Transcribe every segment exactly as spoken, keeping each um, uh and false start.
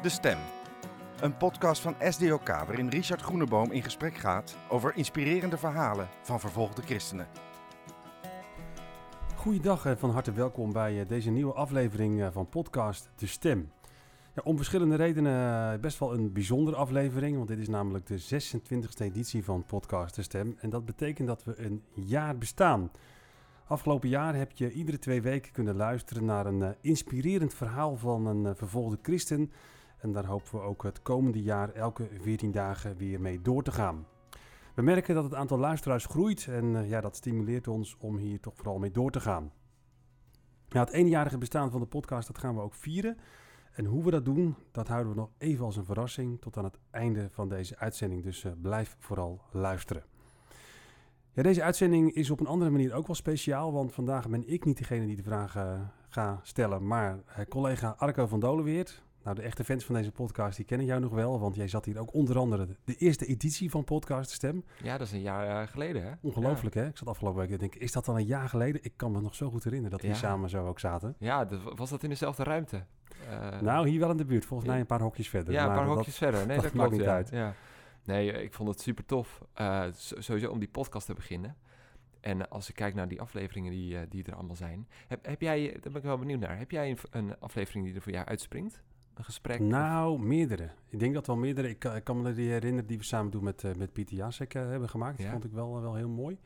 De Stem, een podcast van S D O K waarin Richard Groeneboom in gesprek gaat over inspirerende verhalen van vervolgde christenen. Goeiedag en van harte welkom bij deze nieuwe aflevering van podcast De Stem. Ja, om verschillende redenen best wel een bijzondere aflevering, want dit is namelijk de zesentwintigste editie van podcast De Stem. En dat betekent dat we een jaar bestaan. Afgelopen jaar heb je iedere twee weken kunnen luisteren naar een uh, inspirerend verhaal van een uh, vervolgde christen. En daar hopen we ook het komende jaar elke veertien dagen weer mee door te gaan. We merken dat het aantal luisteraars groeit en uh, ja, dat stimuleert ons om hier toch vooral mee door te gaan. Ja, het eenjarige bestaan van de podcast, dat gaan we ook vieren. En hoe we dat doen, dat houden we nog even als een verrassing tot aan het einde van deze uitzending. Dus uh, blijf vooral luisteren. Ja, deze uitzending is op een andere manier ook wel speciaal, want vandaag ben ik niet degene die de vragen uh, ga stellen, maar uh, collega Arco van Dolenweert. Nou, de echte fans van deze podcast, die kennen jou nog wel, want jij zat hier ook onder andere de, de eerste editie van Podcast De Stem. Ja, dat is een jaar uh, geleden, hè? Ongelooflijk, ja. hè? Ik zat afgelopen week te denken, is dat al een jaar geleden? Ik kan me nog zo goed herinneren dat we ja. hier samen zo ook zaten. Ja, dat, was dat in dezelfde ruimte? Uh, nou, hier wel in de buurt, volgens mij een paar hokjes verder. Ja, een paar maar hokjes dat, verder. Nee, dat, dat, dat klopt, maakt niet ja. uit. Ja. Nee, ik vond het super tof. Uh, sowieso om die podcast te beginnen. En als ik kijk naar die afleveringen die, uh, die er allemaal zijn. Heb, heb jij, daar ben ik wel benieuwd naar. Heb jij een, een aflevering die er voor jou uitspringt? Een gesprek? Nou, of? meerdere. Ik denk dat wel meerdere. Ik, ik kan me die herinneren die we samen doen met, uh, met Pieter Jasek uh, hebben gemaakt. Die ja. vond ik wel, uh, wel heel mooi.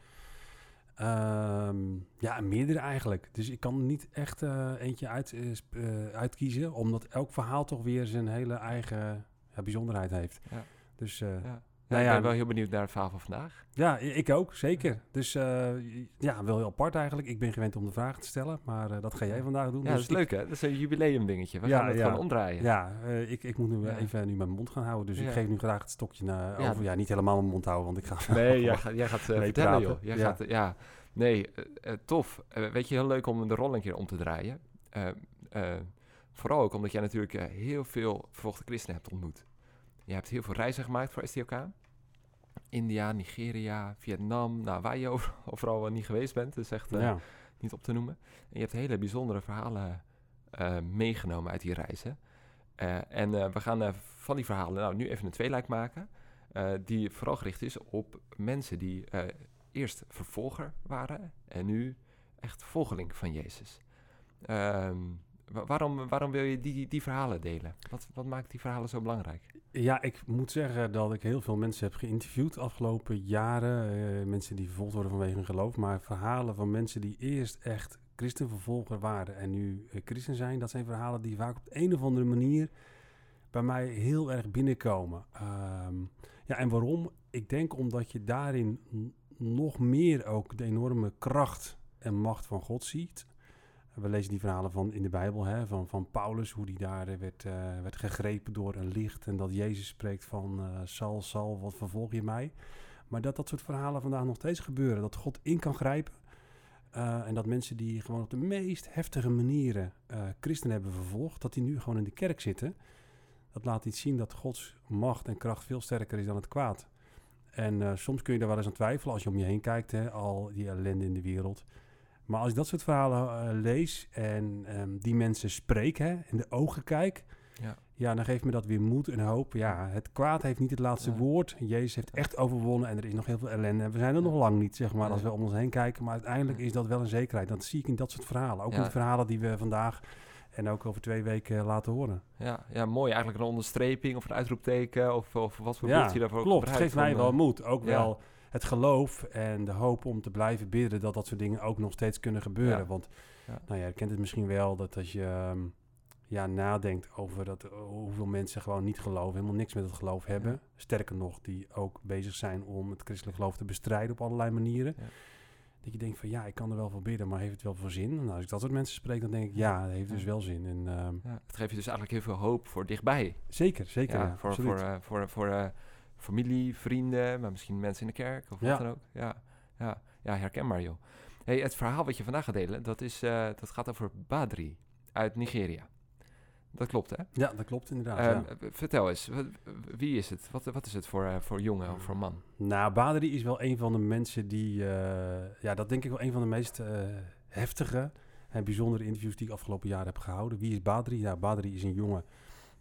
Um, ja, meerdere eigenlijk. Dus ik kan niet echt uh, eentje uit, uh, uitkiezen. Omdat elk verhaal toch weer zijn hele eigen uh, bijzonderheid heeft. Ja. Dus... Uh, ja. Ja, nou ja, ik ben wel heel benieuwd naar het verhaal van vandaag. Ja, ik ook, zeker. Dus uh, ja, wel heel apart eigenlijk. Ik ben gewend om de vragen te stellen, maar uh, dat ga jij vandaag doen. Ja, dus dat is ik... leuk hè? Dat is een jubileum dingetje. We ja, gaan het ja. gewoon omdraaien. Ja, uh, ik, ik moet nu ja. even nu mijn mond gaan houden. Dus ja. ik geef nu graag het stokje naar ja. over. Ja, niet helemaal mijn mond houden, want ik ga... Nee, jij gaat, jij gaat uh, nee, vertellen praten. joh. Jij ja. gaat, ja. Nee, uh, uh, tof. Uh, weet je, heel leuk om de rol een keer om te draaien. Uh, uh, vooral ook omdat jij natuurlijk uh, heel veel vervolgde christenen hebt ontmoet. Je hebt heel veel reizen gemaakt voor S T O K. India, Nigeria, Vietnam, nou, waar je over, overal niet geweest bent, is echt uh, ja. niet op te noemen. En je hebt hele bijzondere verhalen uh, meegenomen uit die reizen. Uh, en uh, we gaan uh, van die verhalen nou nu even een tweeluik maken, uh, die vooral gericht is op mensen die uh, eerst vervolger waren en nu echt volgeling van Jezus. Um, Waarom, waarom wil je die, die verhalen delen? Wat, wat maakt die verhalen zo belangrijk? Ja, ik moet zeggen dat ik heel veel mensen heb geïnterviewd de afgelopen jaren. Uh, mensen die vervolgd worden vanwege hun geloof. Maar verhalen van mensen die eerst echt christenvervolger waren en nu uh, christen zijn. Dat zijn verhalen die vaak op de een of andere manier bij mij heel erg binnenkomen. Um, ja, en waarom? Ik denk omdat je daarin n- nog meer ook de enorme kracht en macht van God ziet. We lezen die verhalen van in de Bijbel, hè, van, van Paulus, hoe die daar werd, uh, werd gegrepen door een licht. En dat Jezus spreekt van, uh, Saul, Saul, wat vervolg je mij? Maar dat dat soort verhalen vandaag nog steeds gebeuren. Dat God in kan grijpen. Uh, en dat mensen die gewoon op de meest heftige manieren uh, christenen hebben vervolgd, dat die nu gewoon in de kerk zitten. Dat laat iets zien dat Gods macht en kracht veel sterker is dan het kwaad. En uh, soms kun je daar wel eens aan twijfelen als je om je heen kijkt, hè, al die ellende in de wereld. Maar als ik dat soort verhalen uh, lees en um, die mensen spreek, hè, in de ogen kijk, ja. ja, dan geeft me dat weer moed en hoop. Ja, het kwaad heeft niet het laatste ja. woord. Jezus heeft echt overwonnen en er is nog heel veel ellende. We zijn er ja. nog lang niet, zeg maar, nee. als we om ons heen kijken. Maar uiteindelijk ja. is dat wel een zekerheid. Dat zie ik in dat soort verhalen. Ook ja. in de verhalen die we vandaag en ook over twee weken laten horen. Ja, ja, mooi. Eigenlijk een onderstreping of een uitroepteken of, of wat voor ja, beeld je daarvoor klopt. Het geeft mij van, wel moed. Ook ja. wel... het geloof en de hoop om te blijven bidden dat dat soort dingen ook nog steeds kunnen gebeuren. Ja. Want, ja. nou ja, je kent het misschien wel, dat als je um, ja, nadenkt over dat, uh, hoeveel mensen gewoon niet geloven, helemaal niks met het geloof hebben. Ja. Sterker nog, die ook bezig zijn om het christelijk geloof te bestrijden op allerlei manieren. Ja. Dat je denkt van, ja, ik kan er wel voor bidden, maar heeft het wel voor zin? Nou, als ik dat soort mensen spreek, dan denk ik, ja, dat heeft ja. dus wel zin. En, um, ja. Het geeft je dus eigenlijk heel veel hoop voor dichtbij. Zeker, zeker. Ja, ja, voor, voor, uh, voor, voor uh, familie, vrienden, maar misschien mensen in de kerk of wat ja. dan ook. Ja, ja, ja, herkenbaar joh. Hey, het verhaal wat je vandaag gaat delen, dat, is, uh, dat gaat over Badri uit Nigeria. Dat klopt, hè? Ja, dat klopt inderdaad. Uh, ja. Vertel eens, wie is het? Wat, wat is het voor, uh, voor jongen of voor man? Nou, Badri is wel een van de mensen die... Uh, ja, dat denk ik wel een van de meest uh, heftige en bijzondere interviews die ik afgelopen jaar heb gehouden. Wie is Badri? Ja, Badri is een jongen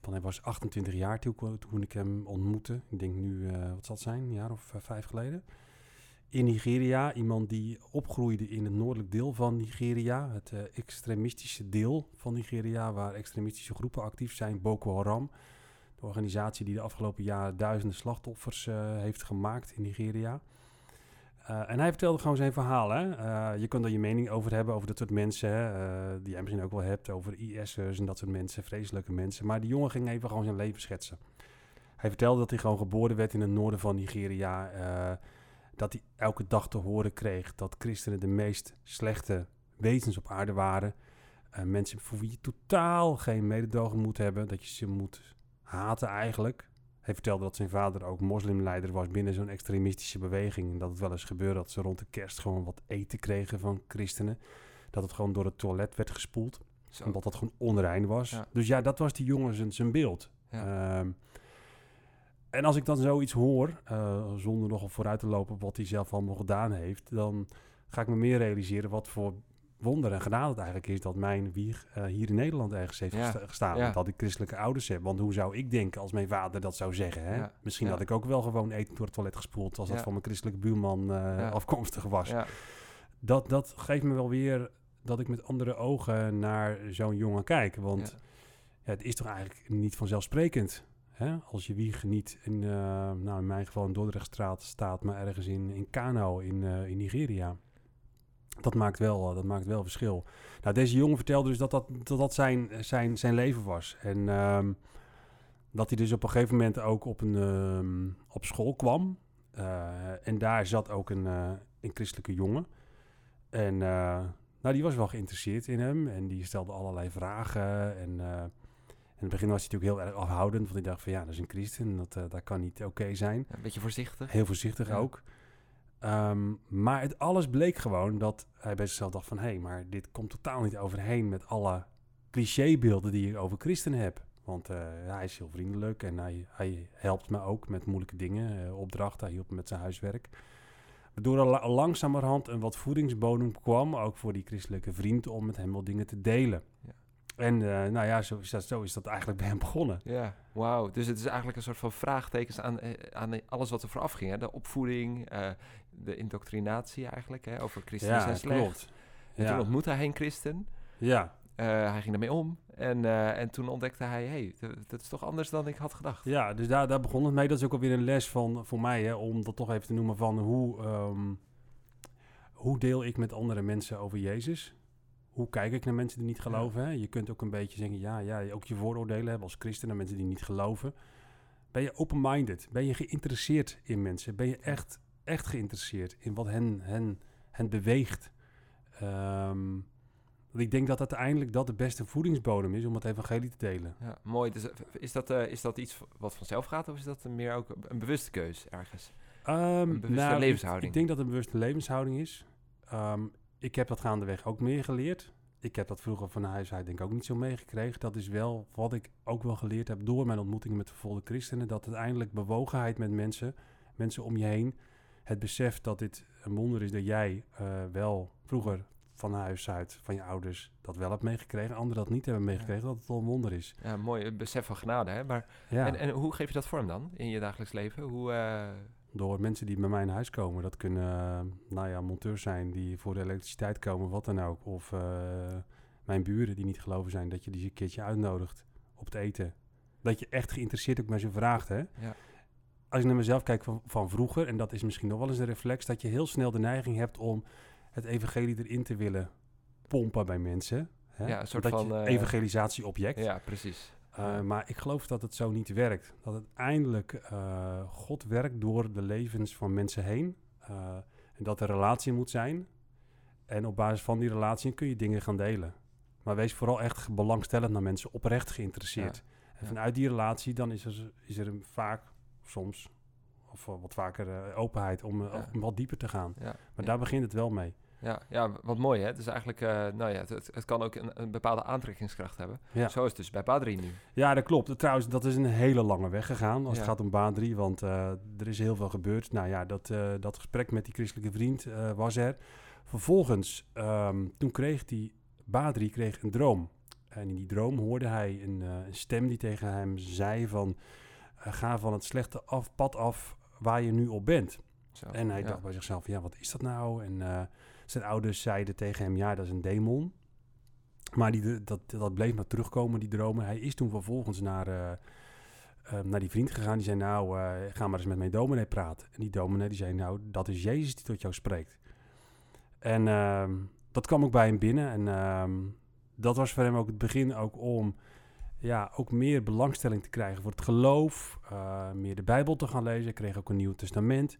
Want hij was achtentwintig jaar toen, toen ik hem ontmoette. Ik denk nu, uh, wat zal het zijn, een jaar of uh, vijf geleden. In Nigeria, iemand die opgroeide in het noordelijk deel van Nigeria. Het uh, extremistische deel van Nigeria, waar extremistische groepen actief zijn. Boko Haram, de organisatie die de afgelopen jaren duizenden slachtoffers uh, heeft gemaakt in Nigeria. Uh, en hij vertelde gewoon zijn verhaal. Hè? Uh, je kunt er je mening over hebben, over dat soort mensen. Hè? Uh, die jij misschien ook wel hebt, over I S'ers en dat soort mensen, vreselijke mensen. Maar die jongen ging even gewoon zijn leven schetsen. Hij vertelde dat hij gewoon geboren werd in het noorden van Nigeria. Uh, dat hij elke dag te horen kreeg dat christenen de meest slechte wezens op aarde waren. Uh, mensen voor wie je totaal geen mededogen moet hebben. Dat je ze moet haten eigenlijk. Hij vertelde dat zijn vader ook moslimleider was binnen zo'n extremistische beweging. En dat het wel eens gebeurde dat ze rond de kerst gewoon wat eten kregen van christenen. Dat het gewoon door het toilet werd gespoeld. Zo. Omdat dat gewoon onrein was. Ja. Dus ja, dat was die jongen zijn, zijn beeld. Ja. Um, en als ik dan zoiets hoor, uh, zonder nog op vooruit te lopen wat hij zelf allemaal gedaan heeft, dan ga ik me meer realiseren wat voor wonder en genade het eigenlijk is dat mijn wieg uh, hier in Nederland ergens heeft ja. gestaan. Ja. Dat ik christelijke ouders heb. Want hoe zou ik denken als mijn vader dat zou zeggen? Hè? Ja. Misschien ja. had ik ook wel gewoon eten door het toilet gespoeld als ja. dat van mijn christelijke buurman uh, ja. afkomstig was. Ja. Dat, dat geeft me wel weer dat ik met andere ogen naar zo'n jongen kijk. Want ja. Ja, het is toch eigenlijk niet vanzelfsprekend. Hè? Als je wieg niet in, uh, nou in mijn geval in Dordrechtstraat staat, maar ergens in, in Kano in, uh, in Nigeria. Dat maakt wel, dat maakt wel verschil. Nou, deze jongen vertelde dus dat dat, dat, dat zijn, zijn, zijn leven was. En um, dat hij dus op een gegeven moment ook op, een, um, op school kwam. Uh, en daar zat ook een, uh, een christelijke jongen. En uh, nou, die was wel geïnteresseerd in hem. En die stelde allerlei vragen. En uh, in het begin was hij natuurlijk heel erg afhoudend. Want hij dacht van ja, dat is een christen. Dat, uh, dat kan niet oké okay zijn. Een beetje voorzichtig. Heel voorzichtig ja. ook. Um, maar het alles bleek gewoon dat hij bij zichzelf dacht van hé, hey, maar dit komt totaal niet overheen met alle clichébeelden die ik over christenen heb. Want uh, ja, hij is heel vriendelijk en hij, hij helpt me ook met moeilijke dingen, uh, opdrachten. Hij hielp me met zijn huiswerk. Waardoor er la- langzamerhand een wat voedingsbodem kwam, ook voor die christelijke vriend, om met hem wat dingen te delen. Ja. En uh, nou ja, zo is, dat, zo is dat eigenlijk bij hem begonnen. Ja, wauw. Dus het is eigenlijk een soort van vraagtekens aan, aan alles wat er vooraf ging. Hè? De opvoeding, uh, de indoctrinatie eigenlijk, hè? Over christenen ja, zijn slecht. Klopt. En ja. toen ontmoette hij een christen. Ja. Uh, hij ging daarmee om. En, uh, en toen ontdekte hij, hé, hey, dat is toch anders dan ik had gedacht. Ja, dus daar, daar begon het mee. Dat is ook alweer een les van, voor mij, hè, om dat toch even te noemen van hoe, um, hoe deel ik met andere mensen over Jezus? Hoe kijk ik naar mensen die niet geloven? Ja. Hè? Je kunt ook een beetje zeggen, ja, ja, ook je vooroordelen hebben als christen naar mensen die niet geloven. Ben je open-minded? Ben je geïnteresseerd in mensen? Ben je echt, echt geïnteresseerd in wat hen, hen, hen beweegt? Um, ik denk dat uiteindelijk dat de beste voedingsbodem is om het evangelie te delen. Ja, mooi. Dus is dat, uh, is dat iets wat vanzelf gaat of is dat meer ook een bewuste keus ergens? Um, een bewuste nou, levenshouding? Ik, ik denk dat het een bewuste levenshouding is. Um, Ik heb dat gaandeweg ook meer geleerd. Ik heb dat vroeger van huis uit denk ik ook niet zo meegekregen. Dat is wel wat ik ook wel geleerd heb door mijn ontmoetingen met vervolgde christenen. Dat uiteindelijk bewogenheid met mensen, mensen om je heen, het besef dat dit een wonder is dat jij uh, wel vroeger van huis uit, van je ouders, dat wel hebt meegekregen. Anderen dat niet hebben meegekregen, ja. dat het wel een wonder is. Ja, mooi. Het besef van genade, hè? Maar, ja. en, en hoe geef je dat vorm dan in je dagelijks leven? Hoe... Uh... Door mensen die bij mij naar huis komen. Dat kunnen, uh, nou ja, monteurs zijn die voor de elektriciteit komen, wat dan ook. Of uh, mijn buren die niet geloven zijn, dat je die een keertje uitnodigt op het eten. Dat je echt geïnteresseerd ook bij ze vraagt, hè. Ja. Als ik naar mezelf kijk van, van vroeger, en dat is misschien nog wel eens een reflex, dat je heel snel de neiging hebt om het evangelie erin te willen pompen bij mensen. Hè? Ja, een soort dat van... je Uh, evangelisatieobject. Ja, precies. Uh, maar ik geloof dat het zo niet werkt. Dat uiteindelijk uh, God werkt door de levens van mensen heen. Uh, en dat er relatie moet zijn. En op basis van die relatie kun je dingen gaan delen. Maar wees vooral echt belangstellend naar mensen, oprecht geïnteresseerd. Ja. En vanuit die relatie dan is er, is er vaak, soms, of uh, wat vaker uh, openheid om, uh, ja. om wat dieper te gaan. Ja. Maar ja. daar begint het wel mee. Ja, ja, wat mooi hè. Het is eigenlijk, uh, nou ja, het, het, het kan ook een, een bepaalde aantrekkingskracht hebben. Ja. Zo is het dus bij Badri nu. Ja, dat klopt. Trouwens, dat is een hele lange weg gegaan als ja. het gaat om Badri, want uh, er is heel veel gebeurd. Nou ja, dat, uh, dat gesprek met die christelijke vriend uh, was er. Vervolgens, um, toen kreeg die Badri kreeg een droom. En in die droom hoorde hij een, uh, een stem die tegen hem zei van... Uh, ga van het slechte af, pad af waar je nu op bent. Zo, en hij ja. dacht bij zichzelf, ja, wat is dat nou? En uh, zijn ouders zeiden tegen hem, ja, dat is een demon. Maar die, dat, dat bleef maar terugkomen, die dromen. Hij is toen vervolgens naar, uh, uh, naar die vriend gegaan. Die zei, nou, uh, ga maar eens met mijn dominee praten. En die dominee die zei, nou, dat is Jezus die tot jou spreekt. En uh, dat kwam ook bij hem binnen. En uh, dat was voor hem ook het begin ook om... ja, ook meer belangstelling te krijgen voor het geloof, uh, meer de Bijbel te gaan lezen. Hij kreeg ook een Nieuw Testament.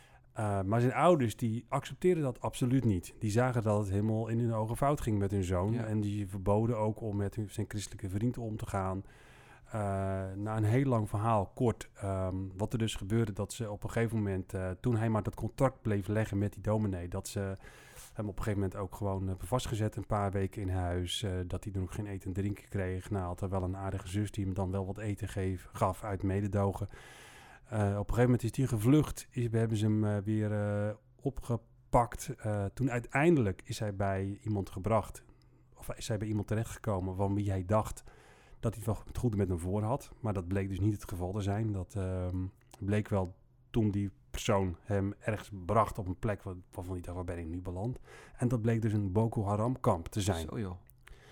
Uh, maar zijn ouders, die accepteerden dat absoluut niet. Die zagen dat het helemaal in hun ogen fout ging met hun zoon. Ja. En die verboden ook om met hun, zijn christelijke vriend om te gaan. Uh, na een heel lang verhaal, kort, um, wat er dus gebeurde, dat ze op een gegeven moment, uh, toen hij maar dat contract bleef leggen met die dominee, dat ze hem op een gegeven moment ook gewoon hebben vastgezet een paar weken in huis. Uh, dat hij dan ook geen eten en drinken kreeg. Nou, had er wel een aardige zus die hem dan wel wat eten geef, gaf uit mededogen. Uh, op een gegeven moment is hij gevlucht. Is, we hebben ze hem uh, weer uh, opgepakt. Uh, toen uiteindelijk is hij bij iemand gebracht. Of is hij bij iemand terechtgekomen van wie hij dacht dat hij het goede met hem voor had. Maar dat bleek dus niet het geval te zijn. Dat uh, bleek wel toen die persoon hem ergens bracht op een plek waar, waarvan hij dacht, waar ben ik nu beland? En dat bleek dus een Boko Haram kamp te zijn. Zo joh.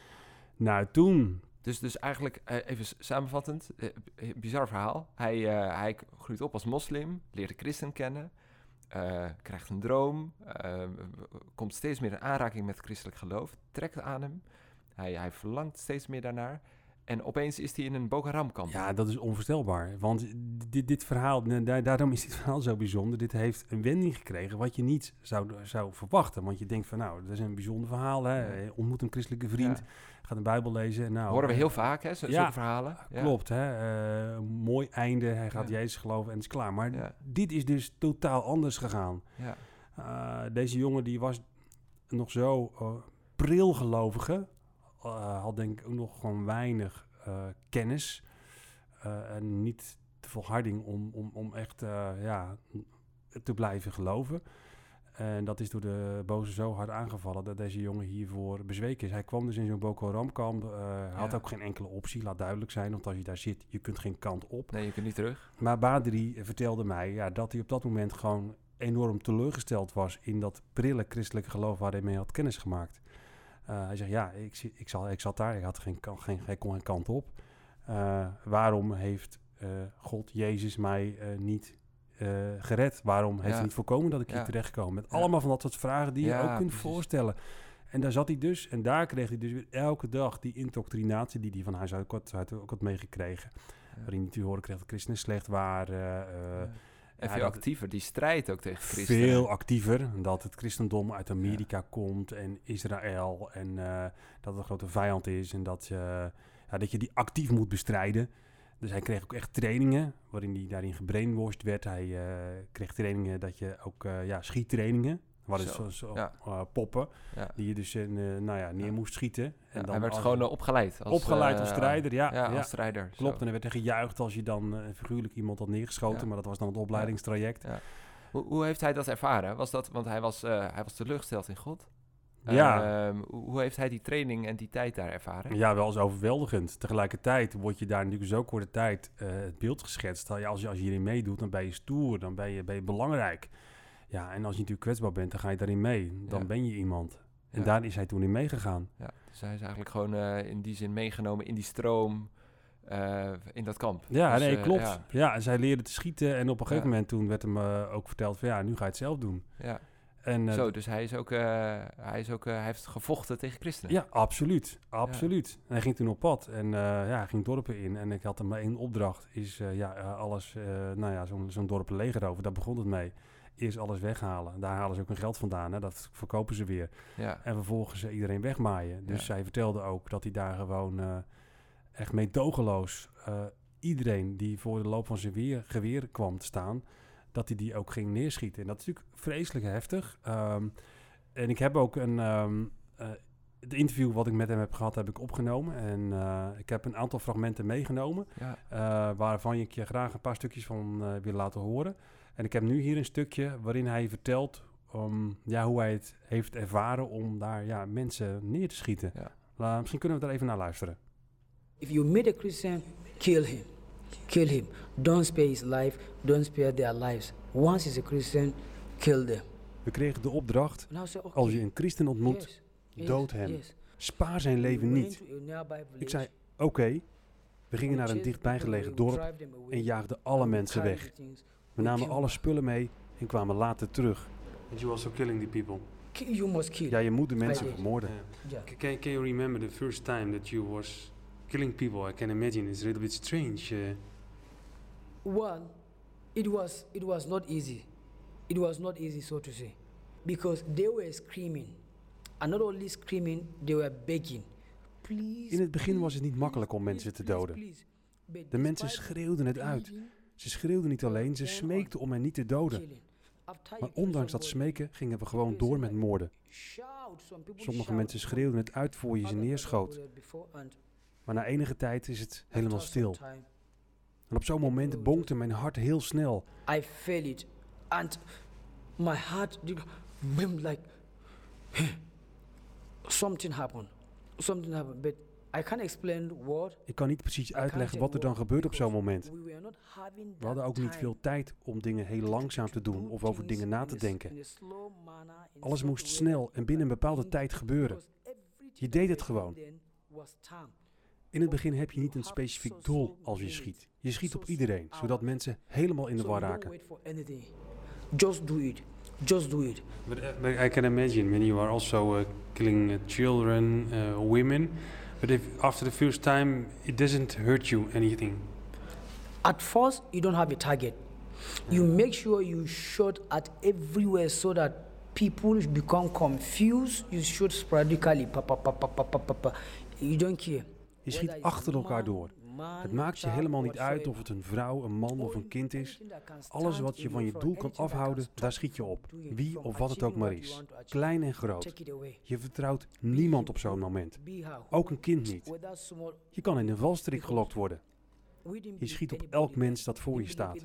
Nou, toen... Dus, dus eigenlijk, uh, even samenvattend, uh, bizar verhaal. Hij, uh, hij groeit op als moslim, leert de christen kennen, uh, krijgt een droom, uh, komt steeds meer in aanraking met christelijk geloof, trekt aan hem. Hij, hij verlangt steeds meer daarnaar. En opeens is hij in een Boko Haram kamp. Ja, dat is onvoorstelbaar. Want dit, dit verhaal, da- daarom is dit verhaal zo bijzonder. Dit heeft een wending gekregen wat je niet zou, zou verwachten. Want je denkt van, nou, dat is een bijzonder verhaal. Hè? Ja. Ontmoet een christelijke vriend, ja. Gaat een Bijbel lezen. Nou, horen we heel vaak, hè, zo, ja, zulke verhalen. Ja, klopt. Hè? Uh, mooi einde, hij gaat ja. Jezus geloven en het is klaar. Maar ja. dit is dus totaal anders gegaan. Ja. Uh, deze jongen die was nog zo uh, pril gelovige. Uh, had denk ik ook nog gewoon weinig uh, kennis uh, en niet de volharding om, om, om echt uh, ja, te blijven geloven. En dat is door de boze zo hard aangevallen dat deze jongen hiervoor bezweken is. Hij kwam dus in zo'n Boko Haram kamp. Uh, ja. Had ook geen enkele optie, laat duidelijk zijn. Want als je daar zit, je kunt geen kant op. Nee, je kunt niet terug. Maar Badri vertelde mij ja, dat hij op dat moment gewoon enorm teleurgesteld was in dat prille christelijke geloof waar hij mee had kennis gemaakt. Uh, hij zegt, ja, ik, ik, zal, ik zat daar, ik had geen, geen, geen, kon geen kant op. Uh, waarom heeft uh, God, Jezus, mij uh, niet uh, gered? Waarom heeft ja. hij niet voorkomen dat ik ja. hier terecht kwam? Met ja. allemaal van dat soort vragen die ja, je ook kunt precies. voorstellen. En daar zat hij dus, en daar kreeg hij dus weer elke dag die indoctrinatie die hij van huis uit ook had, ook had meegekregen. Ja. Waarin hij te horen kreeg dat christenen slecht waren. Uh, ja. En ja, veel actiever, die strijd ook tegen christenen. Veel actiever, dat het christendom uit Amerika ja. komt en Israël en uh, dat het een grote vijand is en dat, uh, ja, dat je die actief moet bestrijden. Dus hij kreeg ook echt trainingen waarin hij daarin gebrainwashed werd. Hij uh, kreeg trainingen dat je ook, uh, ja, schiettrainingen, waar het zo, zo ja. uh, poppen, ja. die je dus uh, nou ja, neer ja. moest schieten. En ja, dan hij werd als, gewoon uh, opgeleid. Als, opgeleid uh, als strijder, ja. Ja, ja. als strijder. Klopt, zo. en er werd er gejuicht als je dan uh, figuurlijk iemand had neergeschoten, ja. maar dat was dan het opleidingstraject. Ja. Ja. Hoe, hoe heeft hij dat ervaren? Was dat, want hij was, uh, hij was teleurgesteld in God. Ja. Uh, hoe heeft hij die training en die tijd daar ervaren? Ja, wel eens overweldigend. Tegelijkertijd wordt je daar natuurlijk zo korte tijd uh, het beeld geschetst. Ja, als, je, als je hierin meedoet, dan ben je stoer, dan ben je, ben je belangrijk. Ja, en als je natuurlijk kwetsbaar bent, dan ga je daarin mee. Dan ja. ben je iemand. En ja. daar is hij toen in meegegaan. Ja, dus hij is eigenlijk gewoon uh, in die zin meegenomen in die stroom, uh, in dat kamp. Ja, dus, nee, uh, klopt. Ja. ja, en zij leerde te schieten en op een gegeven ja. moment toen werd hem uh, ook verteld van ja, nu ga je het zelf doen. Ja. En, uh, Zo, dus hij is ook, uh, hij is ook, uh, hij heeft gevochten tegen christenen. Ja, absoluut, absoluut. Ja. En hij ging toen op pad en uh, ja, hij ging dorpen in en ik had hem maar één opdracht, is uh, ja, uh, alles, uh, nou ja, zo'n, zo'n dorp leger over, daar begon het mee. Eerst alles weghalen. Daar halen ze ook hun geld vandaan. Hè? Dat verkopen ze weer. Ja. En vervolgens uh, iedereen wegmaaien. Dus ja. zij vertelde ook dat hij daar gewoon uh, echt meedogenloos uh, iedereen die voor de loop van zijn weer, geweer kwam te staan, dat hij die ook ging neerschieten. En dat is natuurlijk vreselijk heftig. Um, en ik heb ook een um, uh, het interview wat ik met hem heb gehad, heb ik opgenomen. En uh, ik heb een aantal fragmenten meegenomen, ja. uh, waarvan ik je graag een paar stukjes van uh, wil laten horen. En ik heb nu hier een stukje waarin hij vertelt um, ja, hoe hij het heeft ervaren om daar ja, mensen neer te schieten. Ja. La, misschien kunnen we daar even naar luisteren. If you meet a Christian, kill him. Kill him. Don't spare his life. Don't spare their lives. Once he's a Christian, kill them. We kregen de opdracht, And I said, okay. als je een christen ontmoet, Yes, yes, dood hem. yes. Spaar zijn leven We niet. went to a nearby village. Ik zei, oké. Okay. We gingen naar een dichtbijgelegen dorp en jaagden alle mensen weg. We namen alle spullen mee en kwamen later terug. And you also killing the people. You must kill. Ja, je moet de I mensen did. vermoorden. Yeah. C- Can, can you remember the first time that you was killing people? I can imagine it's a little bit strange. Uh, Well, it was it was not easy. It was not easy, so to say, because they were screaming, and not only screaming, they were begging. Please. In het begin please, was het niet please, makkelijk om please, mensen te please, doden. please. But De mensen despite schreeuwden het uit. pleading, Ze schreeuwden niet alleen, ze smeekten om hen niet te doden. killing. After you Maar kill ondanks dat somebody, smeken gingen we people gewoon door say met like, moorden. shout. Some people Sommige shout, mensen some schreeuwden het uit voor je ze others neerschoot. were before, and Maar na enige tijd is het helemaal after some stil. time, En op zo'n moment bonkte mijn hart heel snel. I felt it, and my heart did went like something happened. Something happened, but I can't explain what. Ik kan niet precies I can't uitleggen say wat er dan what, gebeurt op zo'n because moment. we were not having We hadden that ook niet time veel tijd om dingen heel to- langzaam to te doen do of over things dingen na in te a s- denken. in a slow manner, in Alles such moest a way snel that en binnen een bepaalde think, tijd gebeuren. because everything Je that deed we het gewoon. did then was time. In het begin heb je niet een specifiek doel als je schiet. Je schiet op iedereen, zodat mensen helemaal in de So war you don't raken. wait for anything. Just do it. Just do it. but, uh, but I can imagine when you are also uh, killing uh, children, uh, women. But if after the first time it doesn't hurt you anything. At first, you don't have a target. You make sure you shoot at everywhere so that people become confused. You shoot sporadically. Pa, pa, pa, pa, pa, pa, pa, pa. You don't care. Je schiet achter elkaar door. Het maakt je helemaal niet uit of het een vrouw, een man of een kind is. Alles wat je van je doel kan afhouden, daar schiet je op. Wie of wat het ook maar is. Klein en groot. Je vertrouwt niemand op zo'n moment. Ook een kind niet. Je kan in een valstrik gelokt worden. Je schiet op elk mens dat voor je staat.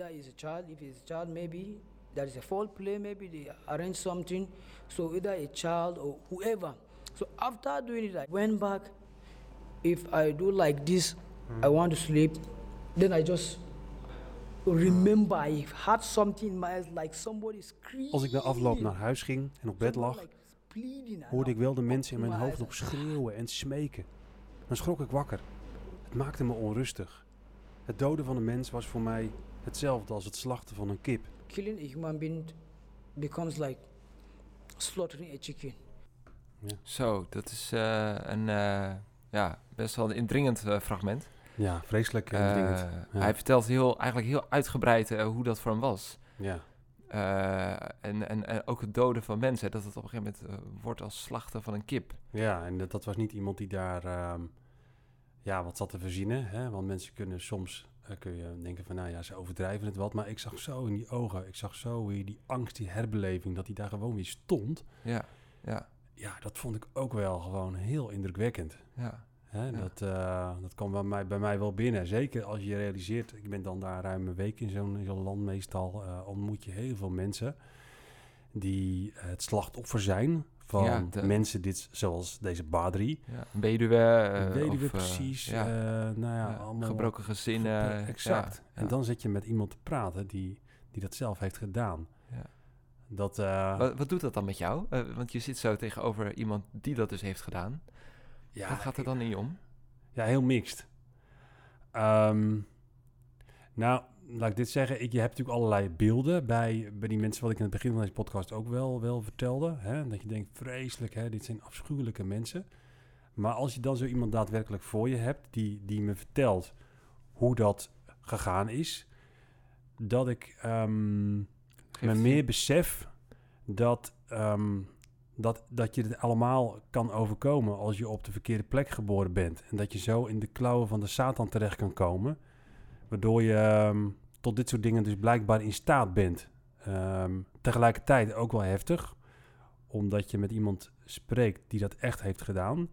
There is a foul play, maybe they arrange something. So either a child or whoever. So after doing it, I went back. If I do like this, I want to sleep. Then I just remember I had something in my eyes, like somebody screaming. Als ik na afloop naar huis ging en op bed lag, hoorde ik wel de mensen in mijn hoofd nog schreeuwen en smeken. Dan schrok ik wakker. Het maakte me onrustig. Het doden van een mens was voor mij hetzelfde als het slachten van een kip. Killing a human being becomes like slaughtering a chicken. Ja, Zo, dat is eh, een uh, ja, best wel een indringend uh, fragment. ja vreselijk Uh, indringend. Ja. Hij vertelt heel, eigenlijk heel uitgebreid uh, hoe dat voor hem was. Ja. Uh, en, en, en ook het doden van mensen, dat het op een gegeven moment uh, wordt als slachten van een kip. Ja, en dat, dat was niet iemand die daar um, ja, wat zat te verzinnen. Hè? Want mensen kunnen soms uh, kun je denken van, nou ja, ze overdrijven het wat. Maar ik zag zo in die ogen, ik zag zo wie die angst, die herbeleving, dat hij daar gewoon weer stond. Ja, ja, Ja, dat vond ik ook wel gewoon heel indrukwekkend. ja. Hè? Ja. Dat, uh, dat kwam bij mij, bij mij wel binnen. Zeker als je realiseert, ik ben dan daar ruim een week in zo'n, in zo'n land meestal, uh, ontmoet je heel veel mensen die uh, het slachtoffer zijn van Ja, de- mensen dit, zoals deze Badri. ja. Een weduwe. uh, Weduwe, of, uh, precies. ja, uh, nou ja, ja, allemaal gebroken gezinnen. Gebro- exact. Ja, En ja. dan zit je met iemand te praten die, die dat zelf heeft gedaan. Ja. Dat, uh, Wat, wat doet dat dan met jou? Uh, want je zit zo tegenover iemand die dat dus heeft gedaan. ja, Wat gaat er dan in je om? Ja, heel mixed. Um, nou, laat ik dit zeggen. Ik, je hebt natuurlijk allerlei beelden bij, bij die mensen, wat ik in het begin van deze podcast ook wel, wel vertelde. Hè? Dat je denkt, vreselijk, hè? Dit zijn afschuwelijke mensen. Maar als je dan zo iemand daadwerkelijk voor je hebt, die, die me vertelt hoe dat gegaan is, dat ik um, me Geeft- meer besef dat, um, dat, dat je het allemaal kan overkomen als je op de verkeerde plek geboren bent. En dat je zo in de klauwen van de Satan terecht kan komen, waardoor je um, tot dit soort dingen dus blijkbaar in staat bent. Um, tegelijkertijd ook wel heftig, omdat je met iemand spreekt die dat echt heeft gedaan.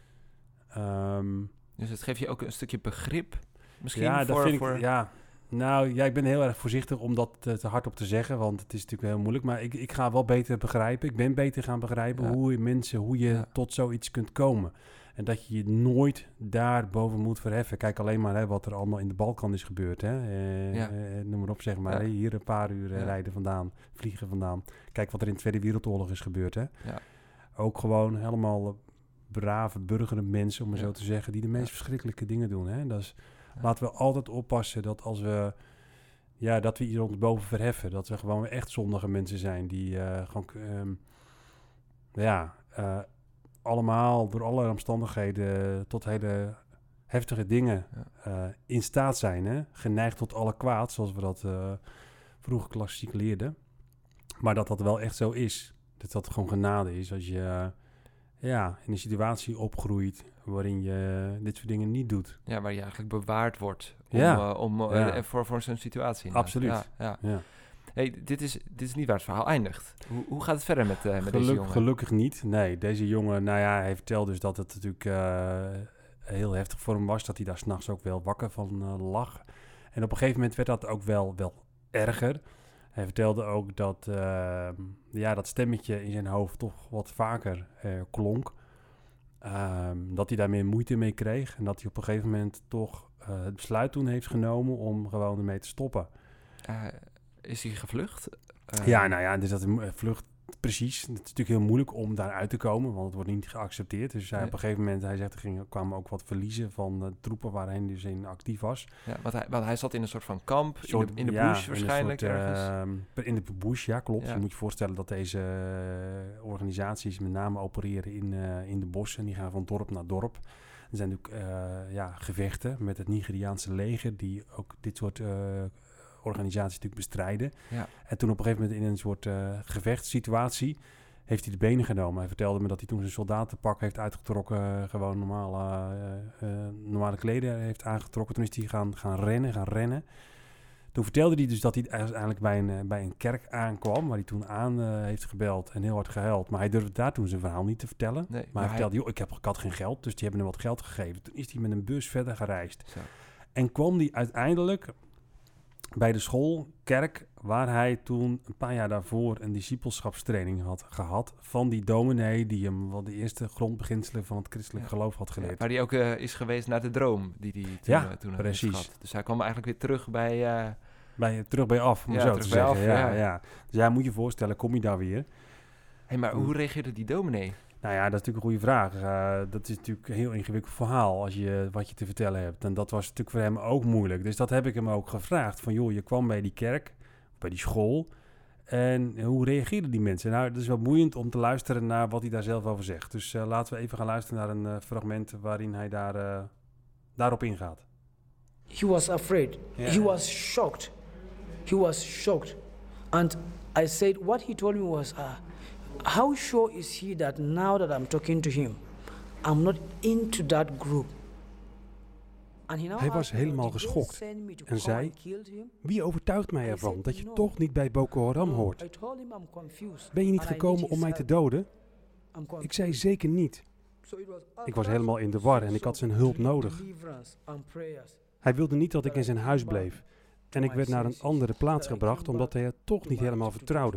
Um, Dus het geeft je ook een stukje begrip. Misschien ja, voor... dat vind voor ik, ja. Nou, ja, ik ben heel erg voorzichtig om dat te, te hardop te zeggen, want het is natuurlijk heel moeilijk. Maar ik, ik ga wel beter begrijpen. Ik ben beter gaan begrijpen Ja. hoe je mensen, hoe je Ja. tot zoiets kunt komen. En dat je je nooit daar boven moet verheffen. Kijk alleen maar hè, wat er allemaal in de Balkan is gebeurd. Hè? Uh, Ja. uh, noem maar op, zeg maar. Ja. Hè? Hier een paar uur uh, Ja. rijden vandaan, vliegen vandaan. Kijk wat er in de Tweede Wereldoorlog is gebeurd. Hè? Ja. Ook gewoon helemaal uh, brave, burgerende mensen, om maar Ja. zo te zeggen, die de meest Ja. verschrikkelijke dingen doen. Hè? Dat is, Ja. Laten we altijd oppassen dat als we... Ja, dat we hier ons boven verheffen. Dat we gewoon echt zondige mensen zijn die uh, gewoon... Um, ja... Uh, allemaal door allerlei omstandigheden tot hele heftige dingen Ja. uh, in staat zijn. Hè? Geneigd tot alle kwaad, zoals we dat uh, vroeger klassiek leerden. Maar dat dat wel echt zo is. Dat dat gewoon genade is als je uh, ja, in een situatie opgroeit waarin je dit soort dingen niet doet. Ja, waar je eigenlijk bewaard wordt om, Ja. uh, om, uh, Ja. voor, voor zo'n situatie. inderdaad. Absoluut. Ja, ja. Ja. Hey, dit is, dit is niet waar het verhaal eindigt. Hoe, hoe gaat het verder met, uh, met deze Geluk, jongen? gelukkig niet. Nee, deze jongen, nou ja, hij vertelde dus dat het natuurlijk uh, heel heftig voor hem was. Dat hij daar s'nachts ook wel wakker van uh, lag. En op een gegeven moment werd dat ook wel, wel erger. Hij vertelde ook dat uh, ja, dat stemmetje in zijn hoofd toch wat vaker uh, klonk. Um, dat hij daar meer moeite mee kreeg. En dat hij op een gegeven moment toch uh, het besluit toen heeft genomen om gewoon ermee te stoppen. Uh, is hij gevlucht? Uh, Ja, nou ja, dus dat een vlucht, precies. Het is natuurlijk heel moeilijk om daar uit te komen, want het wordt niet geaccepteerd. Dus hij Nee. op een gegeven moment, hij zegt, er gingen, kwamen ook wat verliezen van uh, troepen waar hij dus in actief was. Ja, want, hij, want hij zat in een soort van kamp, Soort- in de, in de ja, bush waarschijnlijk in een soort, ergens. uh, in de bush, ja, klopt. Ja. Je moet je voorstellen dat deze uh, organisaties met name opereren in, uh, in de bossen. Die gaan van dorp naar dorp. Er zijn natuurlijk uh, ja, gevechten met het Nigeriaanse leger, die ook dit soort uh, organisaties natuurlijk bestrijden. Ja. En toen op een gegeven moment in een soort uh, gevechtssituatie heeft hij de benen genomen. Hij vertelde me dat hij toen zijn soldatenpak heeft uitgetrokken, uh, gewoon normale, uh, uh, normale kleden heeft aangetrokken. Toen is hij gaan, gaan rennen, gaan rennen. Toen vertelde hij dus dat hij uiteindelijk bij een, uh, bij een kerk aankwam, waar hij toen aan uh, heeft gebeld en heel hard gehuild. Maar hij durfde daar toen zijn verhaal niet te vertellen. Nee, maar, maar hij hij- vertelde, joh, ik, heb, ik had geen geld, dus die hebben hem wat geld gegeven. Toen is hij met een bus verder gereisd. Zo. En kwam hij uiteindelijk bij de school, kerk, waar hij toen een paar jaar daarvoor een discipelschapstraining had gehad van die dominee die hem wel de eerste grondbeginselen van het christelijk Ja. geloof had Ja, geleerd. waar hij ook uh, is geweest naar de droom die hij toen, Ja, uh, toen had precies. gehad. Dus hij kwam eigenlijk weer terug bij... Uh, Bij, terug bij af, om Ja, zo te terug bij zeggen. af, ja, ja. ja. Dus ja, moet je voorstellen, kom je daar weer? hey, maar Hmm. hoe reageerde die dominee? Nou ja, dat is natuurlijk een goede vraag. Uh, dat is natuurlijk een heel ingewikkeld verhaal als je wat je te vertellen hebt. En dat was natuurlijk voor hem ook moeilijk. Dus dat heb ik hem ook gevraagd. Van joh, je kwam bij die kerk, bij die school. En hoe reageerden die mensen? Nou, het is wel boeiend om te luisteren naar wat hij daar zelf over zegt. Dus uh, laten we even gaan luisteren naar een uh, fragment waarin hij daar, uh, daarop ingaat. He was afraid. Yeah. He was shocked. He was shocked. And I said, what he told me was, uh, how sure is he that now that I'm talking to him, I'm not into that group? And he now Hij was asked me, helemaal "Did they geschokt send me to en come zei, and kill him?" Wie overtuigt mij I ervan said, dat je "No. toch niet bij Boko Haram No, hoort? I told him I'm confused. Ben je niet and I need gekomen his om mij te help. doden? I'm Ik confused. zei zeker niet. So it was Ik was after helemaal in de war en ik had zijn hulp nodig. deliverance and prayers. Hij wilde niet dat ik in zijn huis bleef. En ik werd naar een andere plaats gebracht omdat hij het toch niet helemaal vertrouwde.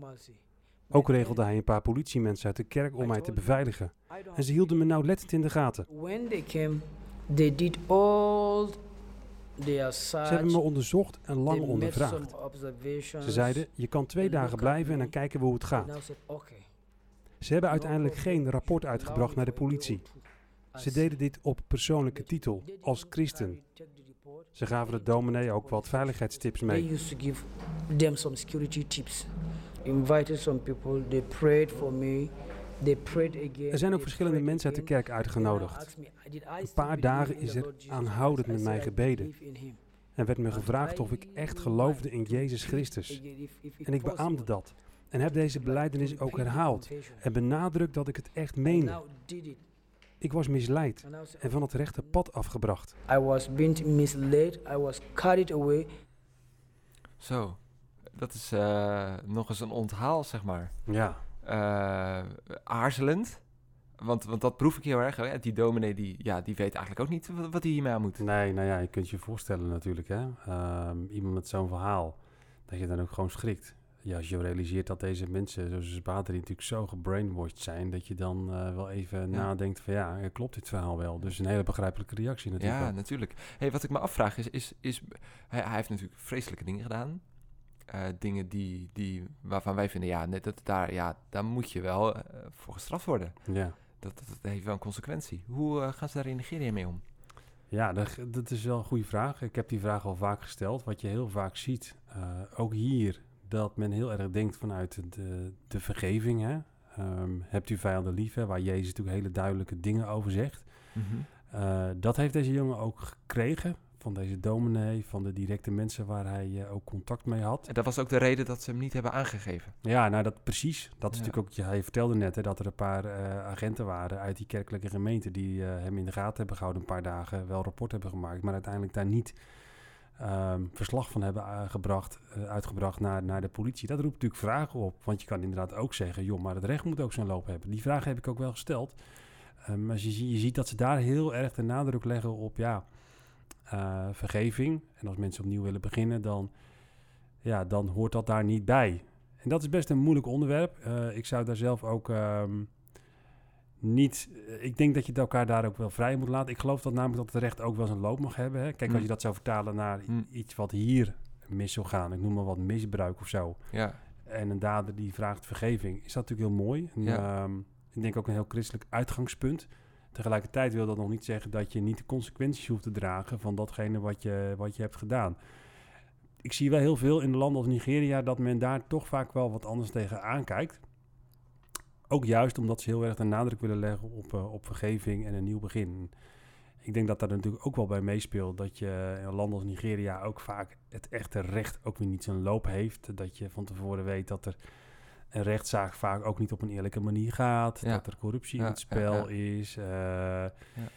Ook regelde hij een paar politiemensen uit de kerk om mij te beveiligen. En ze hielden me nauwlettend in de gaten. When they came, they did all their Ze search. hebben me onderzocht en lang They made ondervraagd. some observations. Ze zeiden, je kan twee dagen blijven en dan kijken we hoe het They gaat. now said, okay. Ze hebben uiteindelijk geen rapport uitgebracht naar de politie. Ze deden dit op persoonlijke titel, als christen. Ze gaven de dominee ook wat veiligheidstips They mee. used to give them some security tips. Invited some people, they prayed for me. They prayed again. Er zijn ook they verschillende prayed mensen uit de again. kerk uitgenodigd. They now asked me, did I Een still paar believe dagen in is the er Lord Jesus aanhoudend Christ? met I mij said, I gebeden. believe in him. En werd me And gevraagd I of ik echt knew geloofde my in Jezus faith Christus. again, if- if it En ik beaamde possible. dat. En heb deze belijdenis ook herhaald. En benadrukt dat ik het echt I meende. now did it. Ik was misleid And I said, en van het rechte pad afgebracht. I was being misled. I was carried away. Zo, dat is uh, nog eens een onthaal, zeg maar. Ja. Uh, aarzelend. Want, want dat proef ik heel erg. Hè? Die dominee, die, ja, die weet eigenlijk ook niet wat, wat hij hiermee aan moet. Nee, nou ja, je kunt je voorstellen natuurlijk, hè. Um, iemand met zo'n verhaal, dat je dan ook gewoon schrikt. ja, als je realiseert dat deze mensen, zoals Badri, natuurlijk zo gebrainwashed zijn, dat je dan uh, wel even ja. nadenkt van ja, klopt dit verhaal wel? Dus een hele begrijpelijke reactie natuurlijk. Ja, wel. natuurlijk. Hey, wat ik me afvraag is, is, is hij, hij heeft natuurlijk vreselijke dingen gedaan. Uh, dingen die, die, waarvan wij vinden, ja, net dat daar, ja, daar moet je wel uh, voor gestraft worden. Ja. Dat, dat, dat heeft wel een consequentie. Hoe uh, gaan ze daar in Nigeria mee om? Ja, dat, dat is wel een goede vraag. Ik heb die vraag al vaak gesteld. Wat je heel vaak ziet, uh, ook hier, dat men heel erg denkt vanuit de, de vergeving. Hè? Um, hebt u vijanden lief, hè? Waar Jezus natuurlijk hele duidelijke dingen over zegt. Mm-hmm. Uh, dat heeft deze jongen ook gekregen van deze dominee, van de directe mensen waar hij uh, ook contact mee had. En dat was ook de reden dat ze hem niet hebben aangegeven. Ja, nou dat precies. Dat is ja. natuurlijk ook, hij vertelde net hè, dat er een paar uh, agenten waren uit die kerkelijke gemeente die uh, hem in de gaten hebben gehouden een paar dagen, wel rapport hebben gemaakt, maar uiteindelijk daar niet um, verslag van hebben uh, gebracht, uh, uitgebracht naar, naar de politie. Dat roept natuurlijk vragen op, want je kan inderdaad ook zeggen, joh, maar het recht moet ook zijn loop hebben. Die vragen heb ik ook wel gesteld. Um, maar je, je ziet dat ze daar heel erg de nadruk leggen op, ja, Uh, vergeving. En als mensen opnieuw willen beginnen, dan, ja, dan hoort dat daar niet bij. En dat is best een moeilijk onderwerp. Uh, ik zou daar zelf ook um, niet... Uh, ik denk dat je elkaar daar ook wel vrij moet laten. Ik geloof dat namelijk dat het recht ook wel zijn loop mag hebben. Hè? Kijk, mm. als je dat zou vertalen naar mm. iets wat hier mis zou gaan. Ik noem maar wat misbruik of zo. Ja. En een dader die vraagt vergeving. Is dat natuurlijk heel mooi. En, ja. um, ik denk ook een heel christelijk uitgangspunt. Tegelijkertijd wil dat nog niet zeggen dat je niet de consequenties hoeft te dragen van datgene wat je, wat je hebt gedaan. Ik zie wel heel veel in landen als Nigeria dat men daar toch vaak wel wat anders tegen aankijkt. Ook juist omdat ze heel erg de nadruk willen leggen op, uh, op vergeving en een nieuw begin. Ik denk dat daar natuurlijk ook wel bij meespeelt dat je in landen als Nigeria ook vaak het echte recht ook weer niet zijn loop heeft. Dat je van tevoren weet dat er een rechtszaak vaak ook niet op een eerlijke manier gaat. Ja. Dat er corruptie ja, in het spel ja, ja. is. Uh, ja.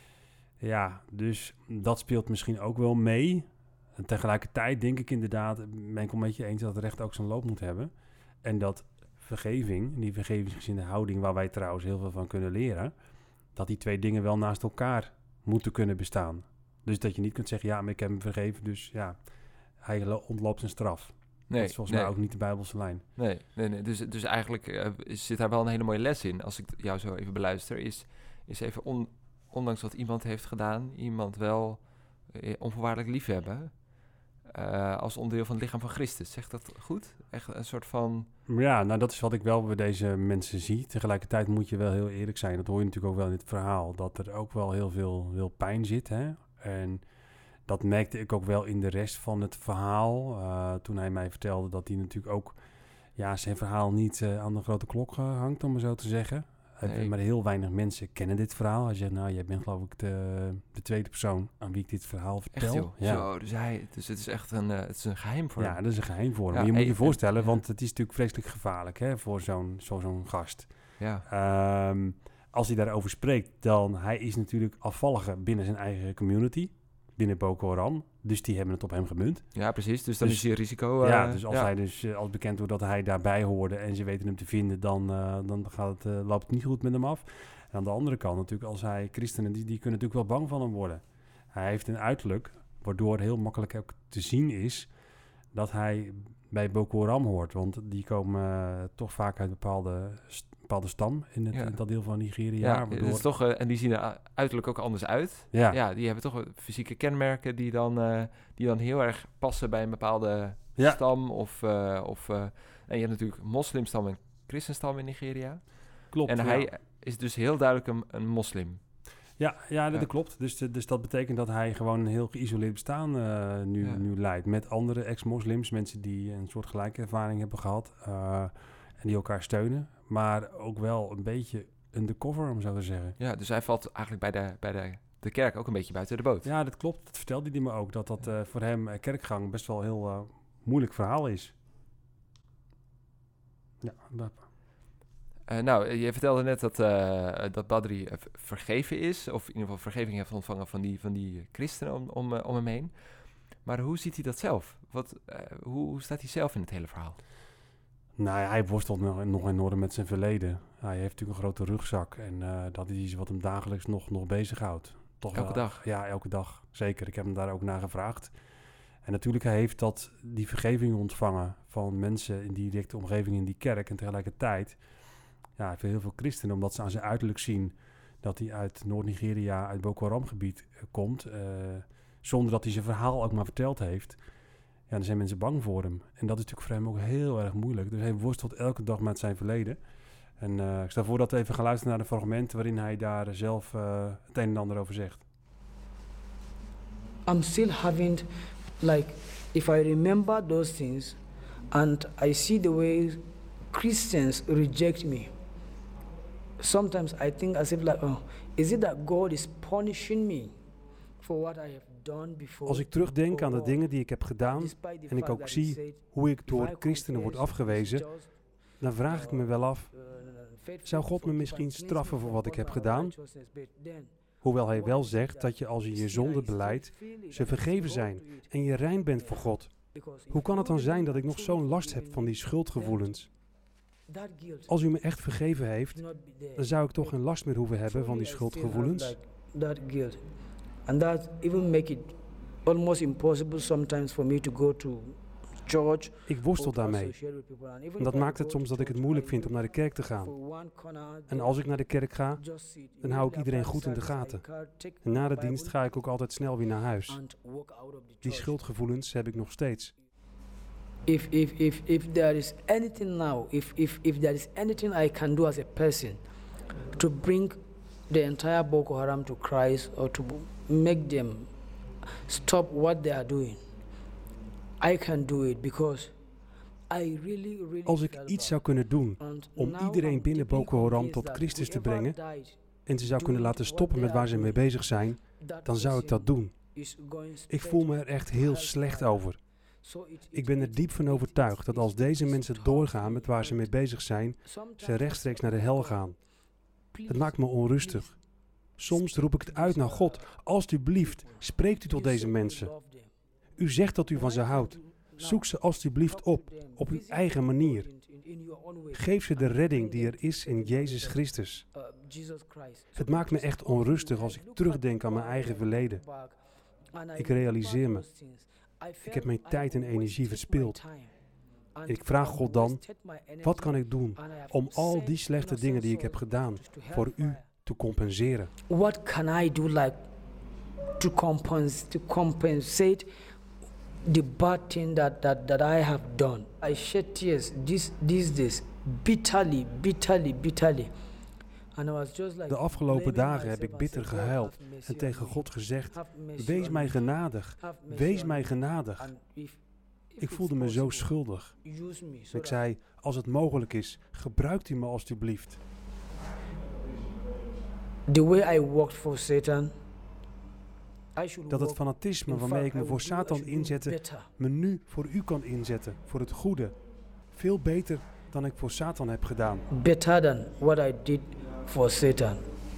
ja, dus dat speelt misschien ook wel mee. En tegelijkertijd denk ik inderdaad, ben ik een beetje eens dat het recht ook zijn loop moet hebben. En dat vergeving, die vergevingsgezinde houding waar wij trouwens heel veel van kunnen leren, dat die twee dingen wel naast elkaar moeten kunnen bestaan. Dus dat je niet kunt zeggen, ja, maar ik heb hem vergeven, dus ja, hij ontloopt zijn straf. Nee, dat is volgens nee. mij ook niet de Bijbelse lijn. Nee, nee, nee. Dus, dus eigenlijk uh, zit daar wel een hele mooie les in. Als ik jou zo even beluister, is, is even on, ondanks wat iemand heeft gedaan, iemand wel uh, onvoorwaardelijk liefhebben. Uh, als onderdeel van het lichaam van Christus. Zegt dat goed? Echt een soort van... Ja, nou dat is wat ik wel bij deze mensen zie. Tegelijkertijd moet je wel heel eerlijk zijn. Dat hoor je natuurlijk ook wel in het verhaal. Dat er ook wel heel veel, veel pijn zit. Hè? En dat merkte ik ook wel in de rest van het verhaal. Uh, toen hij mij vertelde dat hij natuurlijk ook... Ja, zijn verhaal niet uh, aan de grote klok uh, hangt, om maar zo te zeggen. Nee. Maar heel weinig mensen kennen dit verhaal. Hij zegt, nou, jij bent geloof ik de, de tweede persoon aan wie ik dit verhaal vertel. Echt joh? Ja. Zo, dus, hij, dus het is echt een, uh, het is een geheim voor hem. Ja, dat is een geheim voor hem. Ja, maar je moet je voorstellen, ja. want het is natuurlijk vreselijk gevaarlijk hè, voor zo'n, zo, zo'n gast. Ja. Um, als hij daarover spreekt, dan hij is natuurlijk afvallige binnen zijn eigen community. Binnen Boko Haram. Dus die hebben het op hem gemunt. Ja, precies. Dus dan dus, is hij risico. Uh, ja, dus als ja. hij dus uh, als bekend wordt dat hij daarbij hoorde en ze weten hem te vinden, dan, uh, dan gaat het, uh, loopt het niet goed met hem af. En aan de andere kant natuurlijk, als hij christenen, die, die kunnen natuurlijk wel bang van hem worden. Hij heeft een uiterlijk, waardoor heel makkelijk ook te zien is dat hij bij Boko Haram hoort. Want die komen uh, toch vaak uit bepaalde, st- bepaalde stam in, het, ja. in dat deel van Nigeria. Ja, waardoor... het is toch, uh, en die zien er uiterlijk ook anders uit. Ja, ja die hebben toch fysieke kenmerken die dan, uh, die dan heel erg passen bij een bepaalde ja. stam. Of, uh, of, uh, en je hebt natuurlijk moslimstam en christenstam in Nigeria. Klopt. En ja. hij is dus heel duidelijk een, een moslim. Ja, ja, dat ja. klopt. Dus, dus dat betekent dat hij gewoon een heel geïsoleerd bestaan uh, nu, ja. nu leidt. Met andere ex-moslims, mensen die een soort gelijke ervaring hebben gehad. Uh, en die elkaar steunen. Maar ook wel een beetje undercover, om zo te zeggen. Ja, dus hij valt eigenlijk bij de, bij de, de kerk ook een beetje buiten de boot. Ja, dat klopt. Dat vertelde hij me ook. Dat dat uh, voor hem uh, kerkgang best wel een heel uh, moeilijk verhaal is. Ja, dat... Uh, nou, je vertelde net dat, uh, dat Badri uh, vergeven is, of in ieder geval vergeving heeft ontvangen van die, van die christenen om, om, uh, om hem heen. Maar hoe ziet hij dat zelf? Wat, uh, hoe, hoe staat hij zelf in het hele verhaal? Nou ja, hij worstelt nog, nog enorm met zijn verleden. Hij heeft natuurlijk een grote rugzak en uh, dat is iets wat hem dagelijks nog, nog bezighoudt. Toch elke wel, dag? Ja, elke dag. Zeker. Ik heb hem daar ook naar gevraagd. En natuurlijk, hij heeft dat, die vergeving ontvangen van mensen in die directe omgeving in die kerk. En tegelijkertijd, ja, hij heeft heel veel christenen, omdat ze aan zijn uiterlijk zien dat hij uit Noord-Nigeria, uit Boko Haram gebied uh, komt, uh, zonder dat hij zijn verhaal ook maar verteld heeft. Ja, dan zijn mensen bang voor hem. En dat is natuurlijk voor hem ook heel erg moeilijk. Dus hij worstelt elke dag met zijn verleden. En uh, ik stel voor dat we even gaan luisteren naar de fragmenten waarin hij daar zelf uh, het een en ander over zegt. I'm still having, like, if I remember those things and I see the way Christians reject me, sometimes I think as if like, oh, is it that God is punishing me for what I have done before? Als ik terugdenk aan de dingen die ik heb gedaan en ik ook zie hoe ik door christenen word afgewezen, dan vraag ik me wel af, zou God me misschien straffen voor wat ik heb gedaan? Hoewel hij wel zegt dat je als je je zonde belijdt, ze vergeven zijn en je rein bent voor God. Hoe kan het dan zijn dat ik nog zo'n last heb van die schuldgevoelens? Als u me echt vergeven heeft, dan zou ik toch geen last meer hoeven hebben van die schuldgevoelens. And that even make it almost impossible sometimes for me to go to church. Ik worstel daarmee. En dat maakt het soms dat ik het moeilijk vind om naar de kerk te gaan. En als ik naar de kerk ga, dan hou ik iedereen goed in de gaten. En na de dienst ga ik ook altijd snel weer naar huis. Die schuldgevoelens heb ik nog steeds. If if if if there is anything now, if if if there is anything I can do as a person to bring the entire Boko Haram to Christ or to make them stop what they are doing, I can do it because I really, really. Als ik iets zou kunnen doen om iedereen binnen Boko Haram tot Christus te brengen en ze zou kunnen laten stoppen met waar ze mee bezig zijn, dan zou ik dat doen. Ik voel me er echt heel slecht over. Ik ben er diep van overtuigd dat als deze mensen doorgaan met waar ze mee bezig zijn, ze rechtstreeks naar de hel gaan. Het maakt me onrustig. Soms roep ik het uit naar God. Alsjeblieft, spreekt u tot deze mensen. U zegt dat u van ze houdt. Zoek ze alsjeblieft op, op uw eigen manier. Geef ze de redding die er is in Jezus Christus. Het maakt me echt onrustig als ik terugdenk aan mijn eigen verleden. Ik realiseer me. Ik heb mijn tijd en energie verspild. En ik vraag God dan, wat kan ik doen om al die slechte dingen die ik heb gedaan voor u te compenseren? What can I do like to compensate to compensate the bad thing that that that I have done? I shed tears these these days bitterly, bitterly, bitterly. And I was just like, de afgelopen dagen heb ik bitter gehuild en tegen God gezegd, wees mij genadig, wees mij genadig. Ik voelde me zo schuldig. Ik zei, als het mogelijk is, gebruikt u me alstublieft. The way I worked for Satan, dat het fanatisme waarmee ik me voor Satan inzette, me nu voor u kan inzetten, voor het goede. Veel beter dan ik voor Satan heb gedaan. Better than what I did for Satan.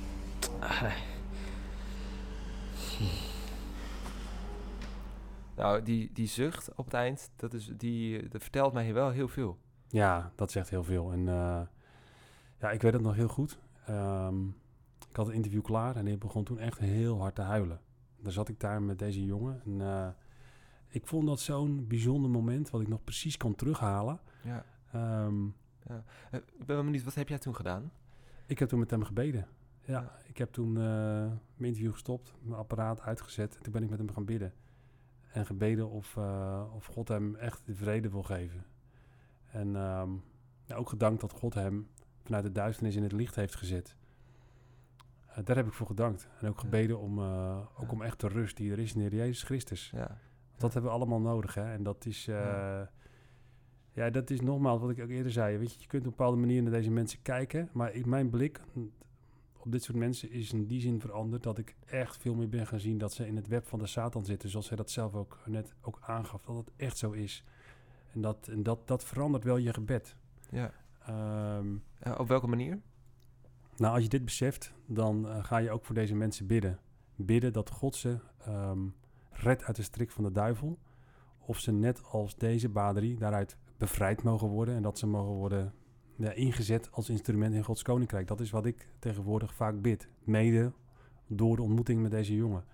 Nou, die, die zucht op het eind, dat, is, die, dat vertelt mij wel heel veel. Ja, dat zegt heel veel. En uh, ja, ik weet het nog heel goed. Um, ik had het interview klaar en ik begon toen echt heel hard te huilen. Dan zat ik daar met deze jongen. En uh, ik vond dat zo'n bijzonder moment, wat ik nog precies kon terughalen. Ja. Um, ja. Uh, ik ben wel benieuwd, wat heb jij toen gedaan? Ik heb toen met hem gebeden. Ja, ja. Ik heb toen uh, mijn interview gestopt, mijn apparaat uitgezet. En toen ben ik met hem gaan bidden. En gebeden of, uh, of God hem echt de vrede wil geven. En um, ja, ook gedankt dat God hem vanuit de duisternis in het licht heeft gezet. Uh, daar heb ik voor gedankt. En ook gebeden om, uh, ook om echt de rust die er is in de Heer Jezus Christus. Ja. Dat ja. hebben we allemaal nodig. Hè? En dat is, uh, ja. ja, dat is nogmaals wat ik ook eerder zei. Weet je, je kunt op een bepaalde manier naar deze mensen kijken. Maar ik, mijn blik op dit soort mensen is in die zin veranderd dat ik echt veel meer ben gaan zien dat ze in het web van de Satan zitten. Zoals hij dat zelf ook net ook aangaf, dat het echt zo is. En dat, en dat, dat verandert wel je gebed. Ja. Um, uh, op welke manier? Nou, als je dit beseft, dan uh, ga je ook voor deze mensen bidden. Bidden dat God ze um, redt uit de strik van de duivel. Of ze net als deze baderie daaruit bevrijd mogen worden. En dat ze mogen worden ja, ingezet als instrument in Gods koninkrijk. Dat is wat ik tegenwoordig vaak bid. Mede door de ontmoeting met deze jongen.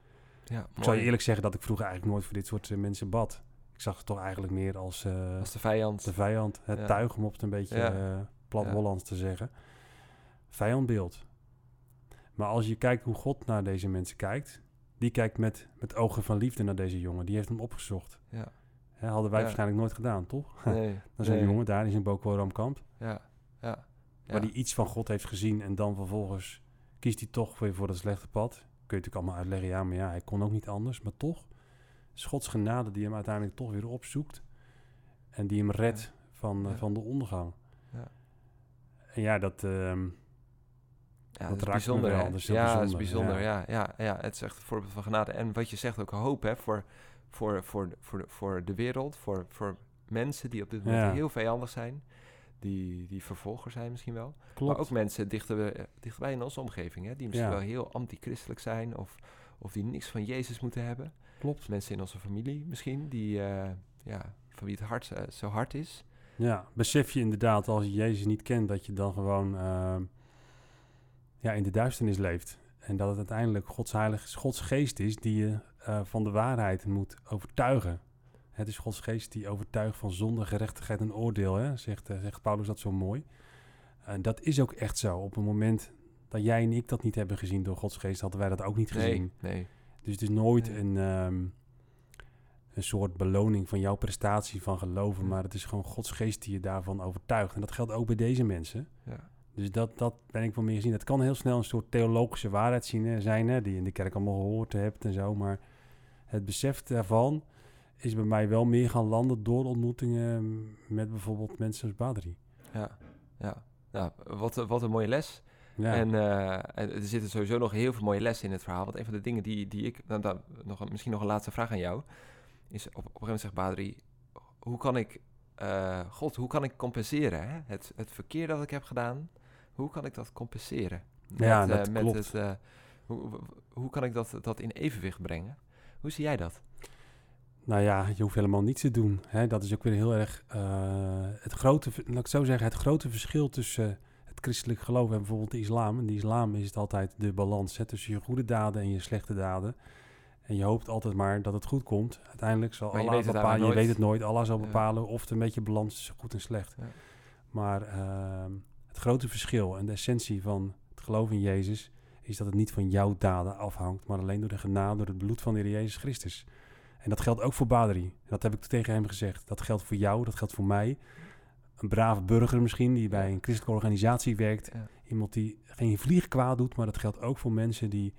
Ja, Ik zou je eerlijk zeggen dat ik vroeger eigenlijk nooit voor dit soort uh, mensen bad. Ik zag het toch eigenlijk meer als, uh, als de vijand. De vijand, het ja. tuig, om op het een beetje ja. uh, plat ja. Hollands te zeggen. Vijandbeeld. Maar als je kijkt hoe God naar deze mensen kijkt, die kijkt met, met ogen van liefde naar deze jongen. Die heeft hem opgezocht. Ja. Hè, hadden wij ja. waarschijnlijk nooit gedaan, toch? Nee. Dan zo'n nee. jongen daar in zijn Boko Haram kamp. Ja. Ja. Waar ja. die iets van God heeft gezien en dan vervolgens kiest hij toch weer voor dat slechte pad. Kun je natuurlijk allemaal uitleggen, ja, maar ja, hij kon ook niet anders. Maar toch, is Gods genade die hem uiteindelijk toch weer opzoekt. En die hem redt ja. van, uh, ja. van de ondergang. Ja. En ja, dat, um, ja, dat, dat raakt bijzonder, me wel. hè? Dat is ja, bijzonder. dat is bijzonder. Ja. Ja, ja, ja, het is echt een voorbeeld van genade. En wat je zegt ook hoop, hè, voor, voor, voor, voor, voor de wereld, voor, voor mensen die op dit moment ja. heel vijandig zijn. Die, die vervolger zijn misschien wel. Klopt. Maar ook mensen dichterbij, dichterbij in onze omgeving, hè, die misschien ja. wel heel antichristelijk zijn of, of die niks van Jezus moeten hebben. Klopt. Mensen in onze familie misschien, die, uh, ja, van wie het hart uh, zo hard is. Ja, besef je inderdaad als je Jezus niet kent, dat je dan gewoon uh, ja, in de duisternis leeft. En dat het uiteindelijk Gods heilige, Gods geest is die je uh, van de waarheid moet overtuigen. Het is Gods geest die overtuigt van zonde, gerechtigheid en oordeel, hè? Zegt, uh, zegt Paulus dat zo mooi. En uh, dat is ook echt zo. Op het moment dat jij en ik dat niet hebben gezien door Gods geest, hadden wij dat ook niet gezien. Nee, nee. Dus het is nooit nee. een, um, een soort beloning van jouw prestatie van geloven, maar het is gewoon Gods geest die je daarvan overtuigt. En dat geldt ook bij deze mensen. Ja. Dus dat, dat ben ik wel meer gezien. Het kan heel snel een soort theologische waarheid zien, zijn, hè, die je in de kerk allemaal gehoord hebt en zo, maar het besef daarvan is bij mij wel meer gaan landen door ontmoetingen met bijvoorbeeld mensen als Badri. Ja, ja. Nou, wat, wat een mooie les. Ja. En uh, er zitten sowieso nog heel veel mooie lessen in het verhaal. Want een van de dingen die, die ik... Nou, dan, nog een, misschien nog een laatste vraag aan jou. Is op, op een gegeven moment zegt Badri... Hoe kan ik... Uh, God, hoe kan ik compenseren? Hè? Het, het verkeer dat ik heb gedaan... Hoe kan ik dat compenseren? Met, ja, dat uh, met klopt. Het, uh, hoe, hoe kan ik dat, dat in evenwicht brengen? Hoe zie jij dat? Nou ja, je hoeft helemaal niets te doen. Hè? Dat is ook weer heel erg... Uh, het grote, laat ik zo zeggen, het grote verschil tussen... Uh, het christelijk geloof en bijvoorbeeld de islam. In de islam is het altijd de balans hè, tussen je goede daden en je slechte daden. En je hoopt altijd maar dat het goed komt. Uiteindelijk zal Allah weet bepalen, je weet het nooit, Allah zal ja. bepalen of het een beetje balans tussen goed en slecht. Ja. Maar uh, het grote verschil en de essentie van het geloof in Jezus is dat het niet van jouw daden afhangt, maar alleen door de genade, door het bloed van de Heer Jezus Christus. En dat geldt ook voor Badri. En dat heb ik tegen hem gezegd. Dat geldt voor jou, dat geldt voor mij. Een brave burger misschien, die bij een christelijke organisatie werkt. Ja. Iemand die geen vlieg kwaad doet, maar dat geldt ook voor mensen die,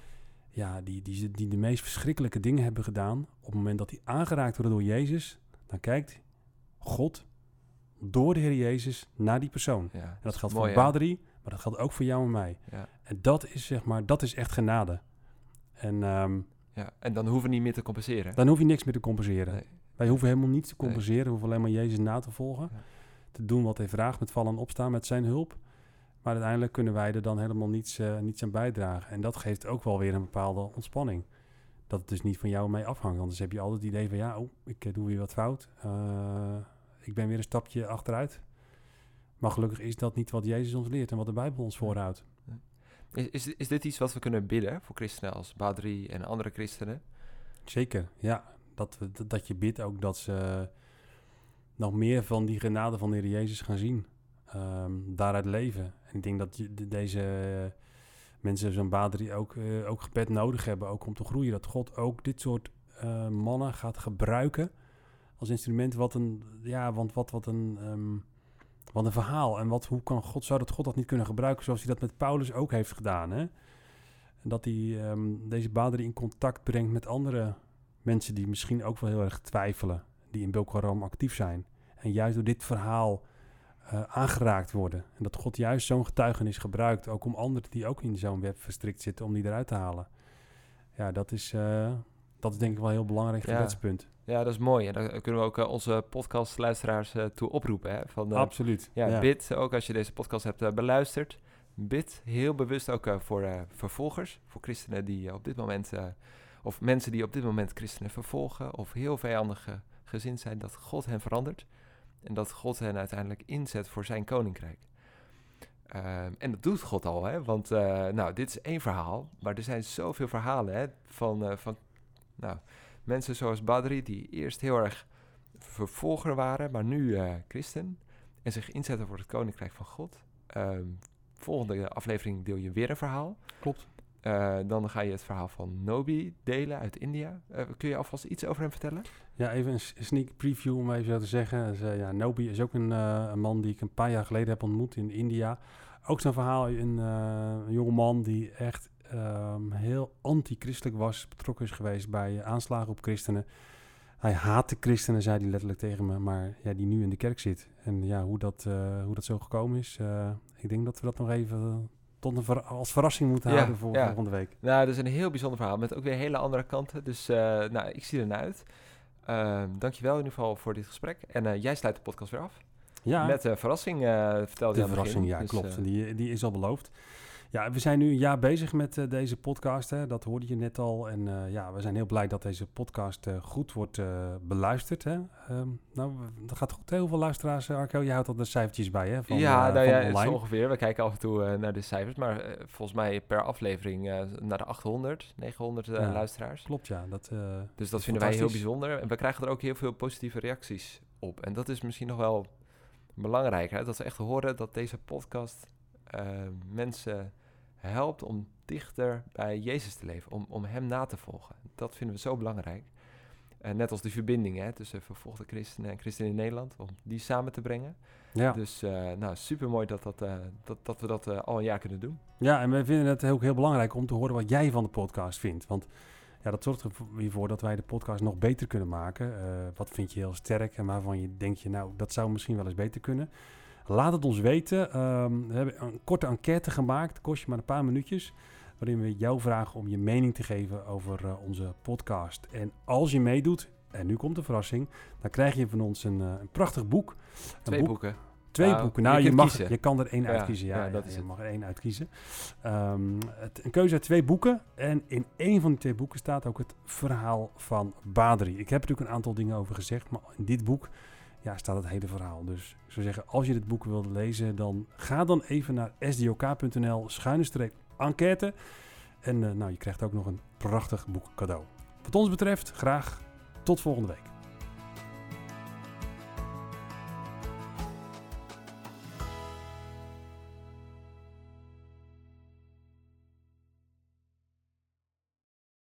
ja, die, die, die de meest verschrikkelijke dingen hebben gedaan. Op het moment dat die aangeraakt worden door Jezus, dan kijkt God door de Heer Jezus naar die persoon. Ja, en dat geldt mooi, voor hè? Badri, maar dat geldt ook voor jou en mij. Ja. En dat is zeg maar, dat is echt genade. En, um, ja, en dan hoeven we niet meer te compenseren. Dan hoef je niks meer te compenseren. Nee. Wij hoeven helemaal niets te compenseren. Nee. We hoeven alleen maar Jezus na te volgen. Ja. Te doen wat hij vraagt, met vallen en opstaan, met zijn hulp. Maar uiteindelijk kunnen wij er dan helemaal niets, uh, niets aan bijdragen. En dat geeft ook wel weer een bepaalde ontspanning. Dat het dus niet van jou en mij afhangt. Anders heb je altijd het idee van, ja, oh, ik uh, doe weer wat fout. Uh, ik ben weer een stapje achteruit. Maar gelukkig is dat niet wat Jezus ons leert en wat de Bijbel ons voorhoudt. Is, is, is dit iets wat we kunnen bidden voor christenen als Badri en andere christenen? Zeker, ja. Dat, we, dat, dat je bidt ook dat ze nog meer van die genade van de Heer Jezus gaan zien. Um, daaruit leven. En ik denk dat je, de, deze uh, mensen zo'n Badri ook, uh, ook gebed nodig hebben, ook om te groeien. Dat God ook dit soort uh, mannen gaat gebruiken als instrument. Wat een, ja, want wat, wat een... Um, Wat een verhaal. En wat, hoe kan God, zou dat God dat niet kunnen gebruiken zoals hij dat met Paulus ook heeft gedaan. Hè? En dat hij um, deze Badri in contact brengt met andere mensen die misschien ook wel heel erg twijfelen. Die in Boko Haram actief zijn. En juist door dit verhaal uh, aangeraakt worden. En dat God juist zo'n getuigenis gebruikt. Ook om anderen die ook in zo'n web verstrikt zitten, om die eruit te halen. Ja, dat is, uh, dat is denk ik wel een heel belangrijk gebedspunt. Ja. Ja, dat is mooi. En daar kunnen we ook uh, onze podcastluisteraars uh, toe oproepen. Hè? Van, uh, Absoluut. Ja, ja, bid, ook als je deze podcast hebt uh, beluisterd. Bid heel bewust ook uh, voor uh, vervolgers. Voor christenen die uh, op dit moment... Uh, of mensen die op dit moment christenen vervolgen. Of heel vijandig uh, gezind zijn. Dat God hen verandert. En dat God hen uiteindelijk inzet voor zijn koninkrijk. Um, en dat doet God al, hè? Want uh, nou, dit is één verhaal, maar er zijn zoveel verhalen hè? van, uh, van nou, mensen zoals Badri, die eerst heel erg vervolger waren, maar nu uh, christen en zich inzetten voor het koninkrijk van God. Um, volgende aflevering deel je weer een verhaal. Klopt. Uh, dan ga je het verhaal van Nobi delen uit India. Uh, kun je alvast iets over hem vertellen? Ja, even een sneak preview om even zo te zeggen. Dus, uh, ja, Nobi is ook een, uh, een man die ik een paar jaar geleden heb ontmoet in India. Ook zijn verhaal, een, uh, een jonge man die echt um, heel anti-christelijk was, betrokken is geweest bij uh, aanslagen op christenen. Hij haatte christenen, zei hij letterlijk tegen me, maar ja, die nu in de kerk zit. En ja, hoe dat, uh, hoe dat zo gekomen is, uh, ik denk dat we dat nog even tot een ver- als verrassing moeten ja, houden voor ja. volgende week. Nou, dat is een heel bijzonder verhaal met ook weer hele andere kanten. Dus uh, nou, ik zie er naar uit. Uh, dankjewel in ieder geval voor dit gesprek. En uh, jij sluit de podcast weer af. Ja. Met een uh, verrassing, uh, vertelde je aan de verrassing, begin. ja, dus, klopt. Uh, die, die is al beloofd. Ja, we zijn nu een jaar bezig met uh, deze podcast. Hè. Dat hoorde je net al. En uh, ja, we zijn heel blij dat deze podcast uh, goed wordt uh, beluisterd. Hè. Um, nou, dat gaat goed. Heel veel luisteraars, uh, Arco. Je houdt al de cijfertjes bij, hè? Van, ja, uh, nou van ja, online. zo ongeveer. We kijken af en toe uh, naar de cijfers. Maar uh, volgens mij per aflevering uh, naar de achthonderd, negenhonderd uh, ja, luisteraars. Klopt, ja. Dat, uh, dus dat vinden wij heel bijzonder. En we krijgen er ook heel veel positieve reacties op. En dat is misschien nog wel belangrijk. Hè? Dat we echt horen dat deze podcast uh, mensen helpt om dichter bij Jezus te leven, om, om hem na te volgen. Dat vinden we zo belangrijk. Uh, net als die verbinding hè, tussen vervolgde christenen en christenen in Nederland, om die samen te brengen. Ja. Dus uh, nou, super mooi dat, dat, uh, dat, dat we dat uh, al een jaar kunnen doen. Ja, en we vinden het ook heel belangrijk om te horen wat jij van de podcast vindt. Want ja, dat zorgt ervoor dat wij de podcast nog beter kunnen maken. Uh, wat vind je heel sterk en waarvan je denk je, nou, dat zou misschien wel eens beter kunnen. Laat het ons weten. Um, we hebben een korte enquête gemaakt. Kost je maar een paar minuutjes. Waarin we jou vragen om je mening te geven over uh, onze podcast. En als je meedoet, en nu komt de verrassing, dan krijg je van ons een, uh, een prachtig boek. Twee een boek, boeken. Twee nou, boeken. Nou, je, je, mag, kiezen. je kan er één ja, uitkiezen. Ja, ja, dat ja, is je het. mag er één uitkiezen. Um, het, een keuze uit twee boeken. En in één van die twee boeken staat ook het verhaal van Badri. Ik heb er natuurlijk een aantal dingen over gezegd, maar in dit boek ja, staat het hele verhaal. Dus ik zou zeggen, als je dit boek wilt lezen, dan ga dan even naar sdok.nl schuine streep enquête. En uh, nou, je krijgt ook nog een prachtig boek cadeau. Wat ons betreft, graag tot volgende week.